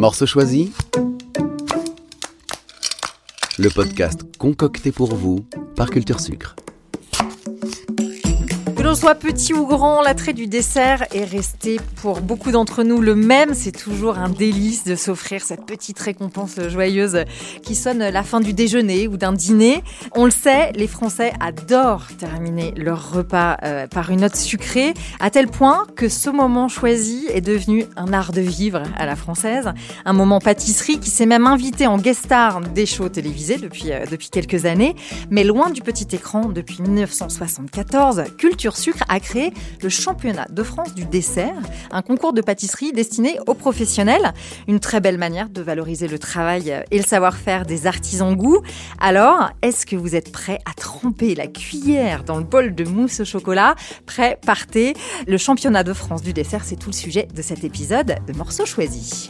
Morceau choisi, le podcast concocté pour vous par Culture Sucre. Que l'on soit petit ou grand, l'attrait du dessert est resté pour beaucoup d'entre nous le même. C'est toujours un délice de s'offrir cette petite récompense joyeuse qui sonne la fin du déjeuner ou d'un dîner. On le sait, les Français adorent terminer leur repas par une note sucrée, à tel point que ce moment choisi est devenu un art de vivre à la française. Un moment pâtisserie qui s'est même invité en guest star des shows télévisés depuis quelques années. Mais loin du petit écran, depuis 1974, Culture Sucre a créé le championnat de France du dessert, un concours de pâtisserie destiné aux professionnels. Une très belle manière de valoriser le travail et le savoir-faire des artisans goût. Alors, est-ce que vous êtes prêts à tremper la cuillère dans le bol de mousse au chocolat ? Prêts, partez. Le championnat de France du dessert, c'est tout le sujet de cet épisode de Morceaux choisis.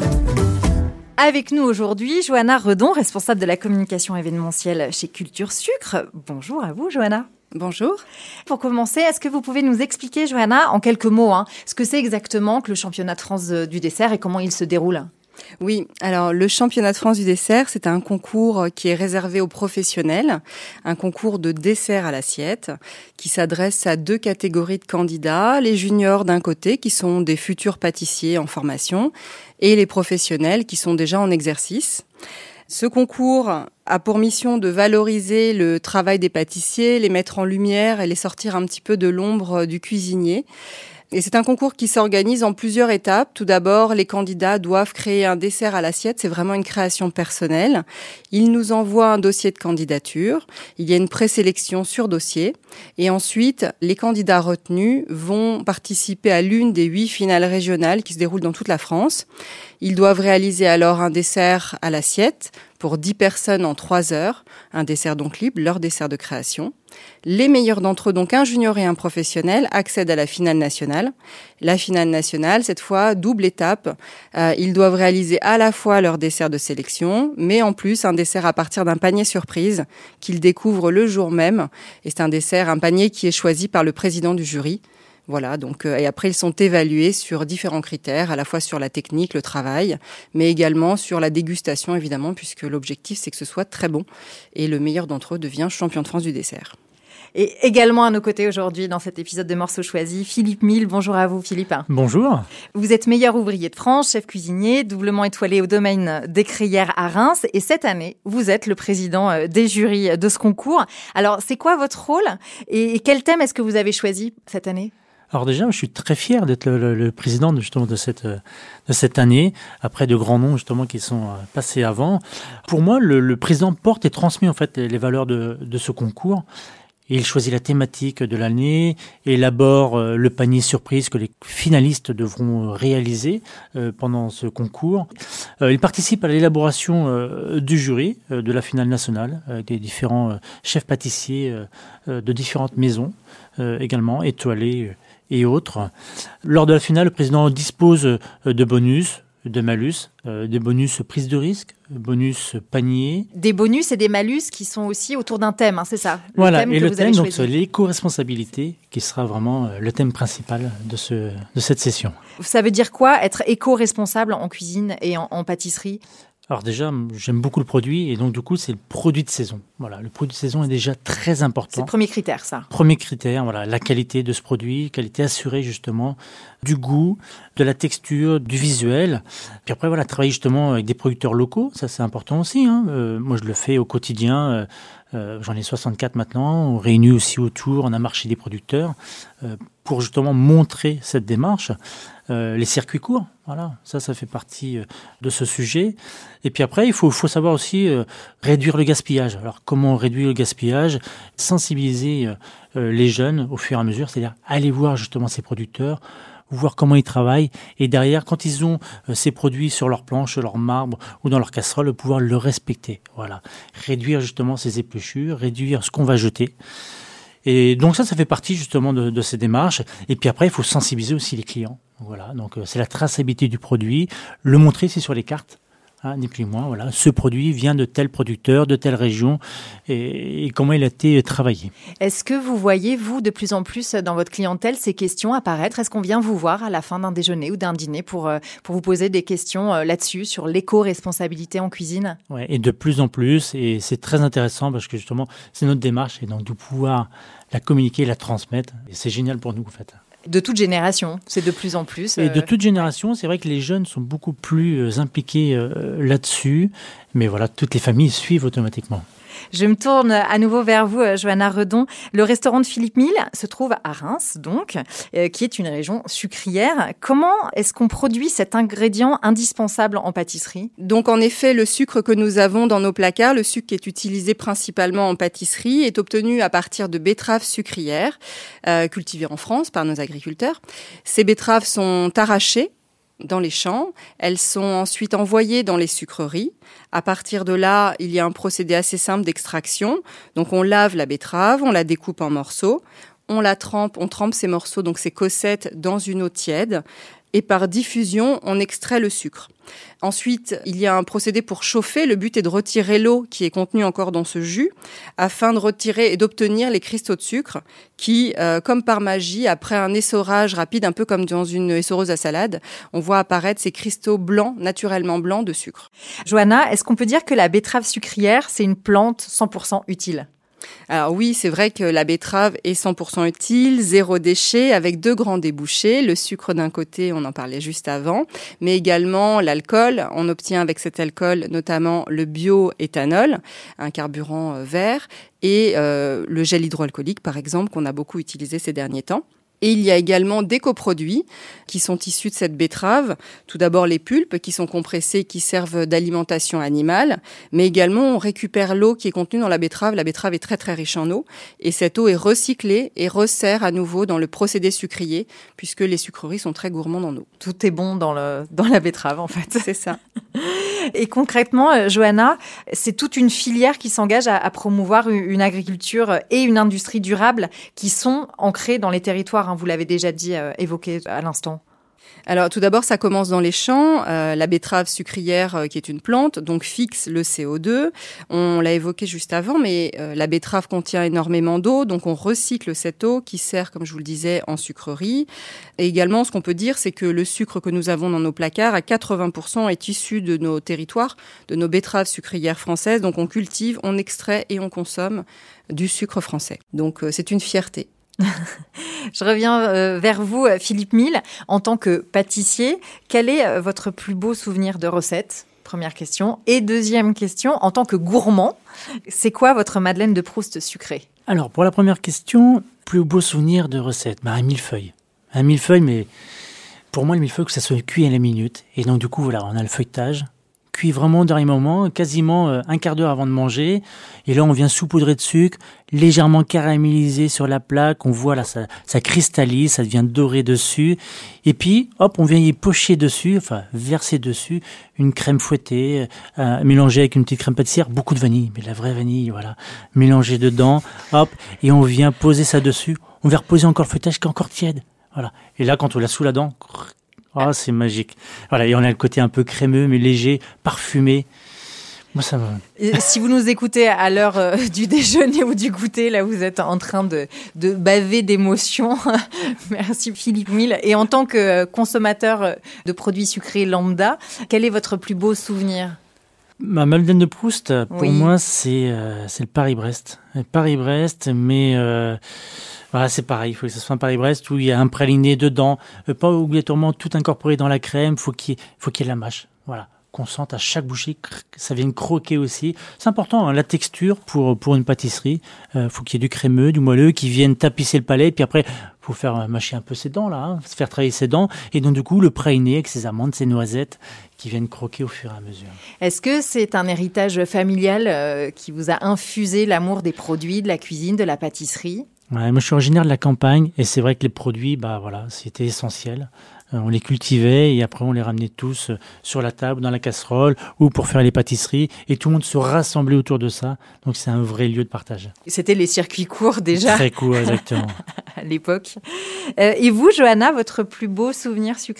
Avec nous aujourd'hui, Johanna Redon, responsable de la communication événementielle chez Culture Sucre. Bonjour à vous, Johanna. Bonjour. Pour commencer, est-ce que vous pouvez nous expliquer, Johanna, en quelques mots, ce que c'est exactement que le championnat de France du dessert et comment il se déroule ? Oui, alors le championnat de France du dessert, c'est un concours qui est réservé aux professionnels, un concours de dessert à l'assiette qui s'adresse à deux catégories de candidats, les juniors d'un côté qui sont des futurs pâtissiers en formation et les professionnels qui sont déjà en exercice. Ce concours a pour mission de valoriser le travail des pâtissiers, les mettre en lumière et les sortir un petit peu de l'ombre du cuisinier. Et c'est un concours qui s'organise en plusieurs étapes. Tout d'abord, les candidats doivent créer un dessert à l'assiette. C'est vraiment une création personnelle. Ils nous envoient un dossier de candidature. Il y a une présélection sur dossier. Et ensuite, les candidats retenus vont participer à l'une des 8 finales régionales qui se déroulent dans toute la France. Ils doivent réaliser alors un dessert à l'assiette pour 10 personnes en 3 heures. Un dessert donc libre, leur dessert de création. Les meilleurs d'entre eux, donc un junior et un professionnel, accèdent à la finale nationale. La finale nationale, cette fois, double étape. Ils doivent réaliser à la fois leur dessert de sélection, mais en plus un dessert à partir d'un panier surprise qu'ils découvrent le jour même. Et c'est un panier qui est choisi par le président du jury. Voilà, donc et après ils sont évalués sur différents critères, à la fois sur la technique, le travail, mais également sur la dégustation évidemment, puisque l'objectif c'est que ce soit très bon. Et le meilleur d'entre eux devient champion de France du dessert. Et également à nos côtés aujourd'hui dans cet épisode de Morceaux choisis, Philippe Mille. Bonjour à vous, Philippe. Bonjour. Vous êtes meilleur ouvrier de France, chef cuisinier, doublement étoilé au domaine des Crayères à Reims. Et cette année, vous êtes le président des jurys de ce concours. Alors, c'est quoi votre rôle et quel thème est-ce que vous avez choisi cette année ? Alors déjà, je suis très fier d'être le président justement de cette année, après de grands noms justement qui sont passés avant. Pour moi, le président porte et transmet en fait les valeurs de ce concours. Et il choisit la thématique de l'année, élabore le panier surprise que les finalistes devront réaliser pendant ce concours. Il participe à l'élaboration du jury de la finale nationale, avec des différents chefs pâtissiers de différentes maisons, également étoilés et autres. Lors de la finale, le président dispose de bonus, de malus, des bonus prise de risque, bonus panier. Des bonus et des malus qui sont aussi autour d'un thème, c'est ça ? Voilà, et le thème, donc c'est l'éco-responsabilité qui sera vraiment le thème principal de cette session. Ça veut dire quoi, être éco-responsable en cuisine et en pâtisserie ? Alors déjà, j'aime beaucoup le produit et donc du coup, c'est le produit de saison. Voilà, le produit de saison est déjà très important. C'est le premier critère, ça. Premier critère, voilà, la qualité de ce produit, qualité assurée justement, du goût, de la texture, du visuel. Puis après, voilà, travailler justement avec des producteurs locaux, ça c'est important aussi. Moi, je le fais au quotidien. J'en ai 64 maintenant. On réunit aussi autour, on a marché des producteurs pour justement montrer cette démarche. Les circuits courts, voilà, ça fait partie de ce sujet. Et puis après, il faut savoir aussi réduire le gaspillage. Alors, comment réduire le gaspillage ? Sensibiliser les jeunes au fur et à mesure, c'est-à-dire aller voir justement ces producteurs, voir comment ils travaillent, et derrière, quand ils ont ces produits sur leur planche, sur leur marbre ou dans leur casserole, pouvoir le respecter. Voilà, réduire justement ces épluchures, réduire ce qu'on va jeter. Et donc ça fait partie justement de ces démarches. Et puis après, il faut sensibiliser aussi les clients. Voilà, donc c'est la traçabilité du produit, le montrer, c'est sur les cartes. Ni plus ni moins. Voilà, ce produit vient de tel producteur, de telle région, et comment il a été travaillé. Est-ce que vous voyez, vous, de plus en plus dans votre clientèle, ces questions apparaître? Est-ce qu'on vient vous voir à la fin d'un déjeuner ou d'un dîner pour vous poser des questions là-dessus, sur l'éco-responsabilité en cuisine? Ouais, et de plus en plus, et c'est très intéressant parce que justement, c'est notre démarche, et donc de pouvoir la communiquer, la transmettre, et c'est génial pour nous en fait. De toute génération, c'est de plus en plus. Et de toute génération, c'est vrai que les jeunes sont beaucoup plus impliqués là-dessus, mais voilà, toutes les familles suivent automatiquement. Je me tourne à nouveau vers vous, Johanna Redon. Le restaurant de Philippe Mille se trouve à Reims, donc, qui est une région sucrière. Comment est-ce qu'on produit cet ingrédient indispensable en pâtisserie? Donc en effet, le sucre que nous avons dans nos placards, le sucre qui est utilisé principalement en pâtisserie, est obtenu à partir de betteraves sucrières, cultivées en France par nos agriculteurs. Ces betteraves sont arrachées dans les champs. Elles sont ensuite envoyées dans les sucreries. À partir de là, il y a un procédé assez simple d'extraction. Donc, on lave la betterave, on la découpe en morceaux, on trempe ces morceaux, donc ces cossettes, dans une eau tiède. Et par diffusion, on extrait le sucre. Ensuite, il y a un procédé pour chauffer. Le but est de retirer l'eau qui est contenue encore dans ce jus afin de retirer et d'obtenir les cristaux de sucre qui, comme par magie, après un essorage rapide, un peu comme dans une essoreuse à salade, on voit apparaître ces cristaux blancs, naturellement blancs de sucre. Johanna, est-ce qu'on peut dire que la betterave sucrière, c'est une plante 100% utile ? Alors oui, c'est vrai que la betterave est 100% utile, 0 déchet, avec 2 grands débouchés. Le sucre d'un côté, on en parlait juste avant, mais également l'alcool. On obtient avec cet alcool notamment le bioéthanol, un carburant vert, et le gel hydroalcoolique, par exemple, qu'on a beaucoup utilisé ces derniers temps. Et il y a également des coproduits qui sont issus de cette betterave. Tout d'abord les pulpes qui sont compressées, qui servent d'alimentation animale. Mais également on récupère l'eau qui est contenue dans la betterave. La betterave est très très riche en eau. Et cette eau est recyclée et resserre à nouveau dans le procédé sucrier puisque les sucreries sont très gourmandes en eau. Tout est bon dans la betterave en fait. C'est ça. Et concrètement, Johanna, c'est toute une filière qui s'engage à promouvoir une agriculture et une industrie durable qui sont ancrées dans les territoires. Vous l'avez déjà dit, évoqué à l'instant. Alors tout d'abord, ça commence dans les champs. La betterave sucrière qui est une plante, donc fixe le CO2. On l'a évoqué juste avant, mais la betterave contient énormément d'eau, donc on recycle cette eau qui sert, comme je vous le disais, en sucrerie. Et également, ce qu'on peut dire, c'est que le sucre que nous avons dans nos placards, à 80%, est issu de nos territoires, de nos betteraves sucrières françaises. Donc on cultive, on extrait et on consomme du sucre français. Donc c'est une fierté. Je reviens vers vous, Philippe Mille. En tant que pâtissier, quel est votre plus beau souvenir de recette ? Première question. Et deuxième question, en tant que gourmand, c'est quoi votre Madeleine de Proust sucrée ? Alors, pour la première question, plus beau souvenir de recette, un millefeuille. Un millefeuille, mais pour moi, le millefeuille, que ça soit cuit à la minute. Et donc, du coup, voilà, on a le feuilletage. Cuit vraiment au dernier moment, quasiment un quart d'heure avant de manger. Et là, on vient saupoudrer de sucre, légèrement caramélisé sur la plaque. On voit là, ça cristallise, ça devient doré dessus. Et puis, hop, on vient y pocher dessus, enfin, verser dessus une crème fouettée, mélangée avec une petite crème pâtissière, beaucoup de vanille, mais la vraie vanille, voilà, mélangée dedans, hop, et on vient poser ça dessus. On vient reposer encore le feuilletage qui est encore tiède. Voilà. Et là, quand on l'a sous la dent, oh, c'est magique. Voilà, et on a le côté un peu crémeux, mais léger, parfumé. Moi, ça va. Si vous nous écoutez à l'heure du déjeuner ou du goûter, là, vous êtes en train de baver d'émotion. Merci Philippe Mille. Et en tant que consommateur de produits sucrés lambda, quel est votre plus beau souvenir ? Ma Madeleine de Proust, pour moi, c'est le Paris-Brest. Paris-Brest, mais... Voilà, c'est pareil, il faut que ce soit un Paris-Brest où il y a un praliné dedans, pas obligatoirement tout incorporé dans la crème, faut qu'il y ait de la mâche, voilà, qu'on sente à chaque bouchée, ça vienne croquer aussi. C'est important, hein, la texture pour une pâtisserie, faut qu'il y ait du crémeux, du moelleux, qui vienne tapisser le palais, puis après, faut faire mâcher un peu ses dents, là, hein, faire travailler ses dents, et donc du coup, le praliné avec ses amandes, ses noisettes, qui viennent croquer au fur et à mesure. Est-ce que c'est un héritage familial qui vous a infusé l'amour des produits, de la cuisine, de la pâtisserie ? Ouais, moi, je suis originaire de la campagne et c'est vrai que les produits, voilà, c'était essentiel. On les cultivait et après on les ramenait tous sur la table, dans la casserole ou pour faire les pâtisseries et tout le monde se rassemblait autour de ça. Donc c'est un vrai lieu de partage. C'était les circuits courts déjà. Très court, exactement. À l'époque. Et vous, Johanna, votre plus beau souvenir sucré ?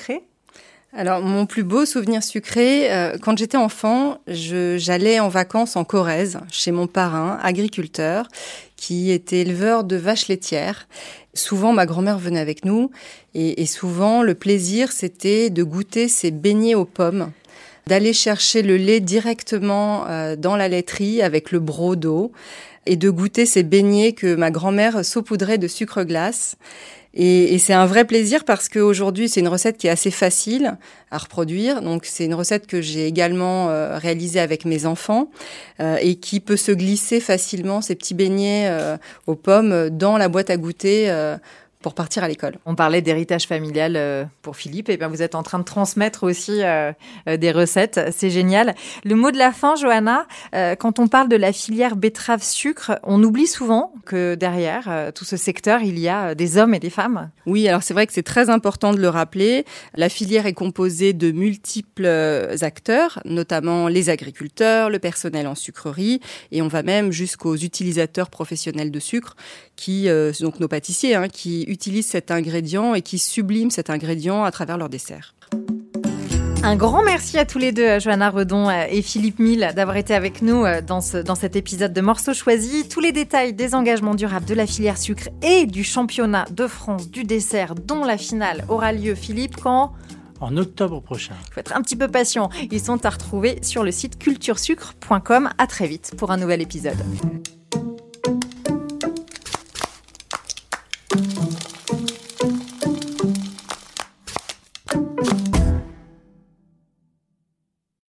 Alors, mon plus beau souvenir sucré, quand j'étais enfant, j'allais en vacances en Corrèze, chez mon parrain, agriculteur, qui était éleveur de vaches laitières. Souvent, ma grand-mère venait avec nous, et souvent, le plaisir, c'était de goûter ces beignets aux pommes, d'aller chercher le lait directement dans la laiterie avec le broc d'eau, et de goûter ces beignets que ma grand-mère saupoudrait de sucre glace. Et c'est un vrai plaisir parce qu'aujourd'hui, c'est une recette qui est assez facile à reproduire. Donc, c'est une recette que j'ai également réalisée avec mes enfants et qui peut se glisser facilement, ces petits beignets aux pommes, dans la boîte à goûter pour partir à l'école. On parlait d'héritage familial pour Philippe. Et bien, vous êtes en train de transmettre aussi des recettes. C'est génial. Le mot de la fin, Johanna, quand on parle de la filière betterave-sucre, on oublie souvent que derrière tout ce secteur, il y a des hommes et des femmes. Oui, alors c'est vrai que c'est très important de le rappeler. La filière est composée de multiples acteurs, notamment les agriculteurs, le personnel en sucrerie, et on va même jusqu'aux utilisateurs professionnels de sucre, donc nos pâtissiers, qui utilisent cet ingrédient et qui subliment cet ingrédient à travers leur dessert. Un grand merci à tous les deux, Johanna Redon et Philippe Mille, d'avoir été avec nous dans cet épisode de Morceaux choisis. Tous les détails des engagements durables de la filière sucre et du championnat de France du dessert, dont la finale aura lieu, Philippe, quand ? En octobre prochain. Il faut être un petit peu patient. Ils sont à retrouver sur le site culturesucre.com. À très vite pour un nouvel épisode.